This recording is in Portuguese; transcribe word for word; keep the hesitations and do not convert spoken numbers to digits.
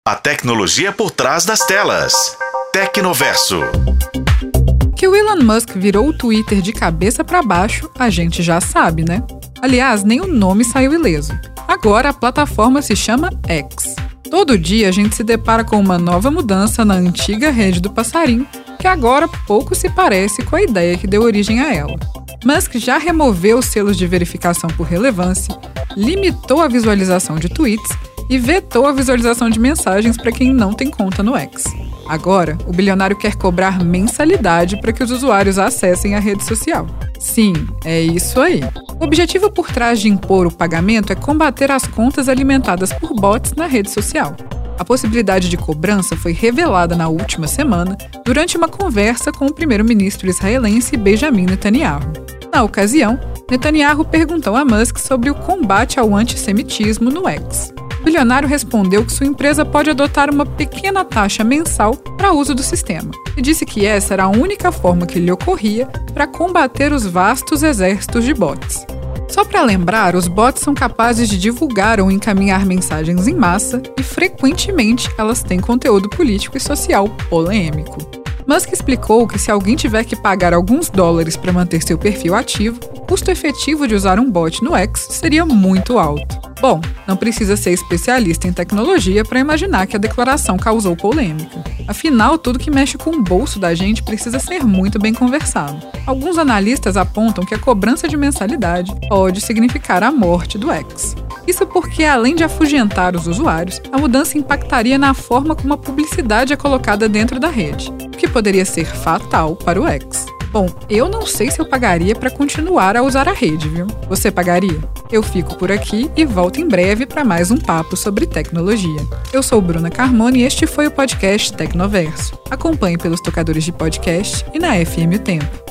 A tecnologia por trás das telas. Tecnoverso. Que o Elon Musk virou o Twitter de cabeça para baixo, a gente já sabe, né? Aliás, nem o nome saiu ileso. Agora a plataforma se chama X. Todo dia a gente se depara com uma nova mudança na antiga rede do passarinho, que agora pouco se parece com a ideia que deu origem a ela. Musk já removeu os selos de verificação por relevância, limitou a visualização de tweets e vetou a visualização de mensagens para quem não tem conta no X. Agora, o bilionário quer cobrar mensalidade para que os usuários acessem a rede social. Sim, é isso aí. O objetivo por trás de impor o pagamento é combater as contas alimentadas por bots na rede social. A possibilidade de cobrança foi revelada na última semana durante uma conversa com o primeiro-ministro israelense Benjamin Netanyahu. Na ocasião, Netanyahu perguntou a Musk sobre o combate ao antissemitismo no X. O bilionário respondeu que sua empresa pode adotar uma pequena taxa mensal para uso do sistema e disse que essa era a única forma que lhe ocorria para combater os vastos exércitos de bots. Só para lembrar, os bots são capazes de divulgar ou encaminhar mensagens em massa e, frequentemente, elas têm conteúdo político e social polêmico. Musk explicou que se alguém tiver que pagar alguns dólares para manter seu perfil ativo, o custo efetivo de usar um bot no X seria muito alto. Bom, não precisa ser especialista em tecnologia para imaginar que a declaração causou polêmica. Afinal, tudo que mexe com o bolso da gente precisa ser muito bem conversado. Alguns analistas apontam que a cobrança de mensalidade pode significar a morte do X. Isso porque, além de afugentar os usuários, a mudança impactaria na forma como a publicidade é colocada dentro da rede, o que poderia ser fatal para o X. Bom, eu não sei se eu pagaria para continuar a usar a rede, viu? Você pagaria? Eu fico por aqui e volto em breve para mais um papo sobre tecnologia. Eu sou Bruna Carmona e este foi o podcast Tecnoverso. Acompanhe pelos tocadores de podcast e na F M O Tempo.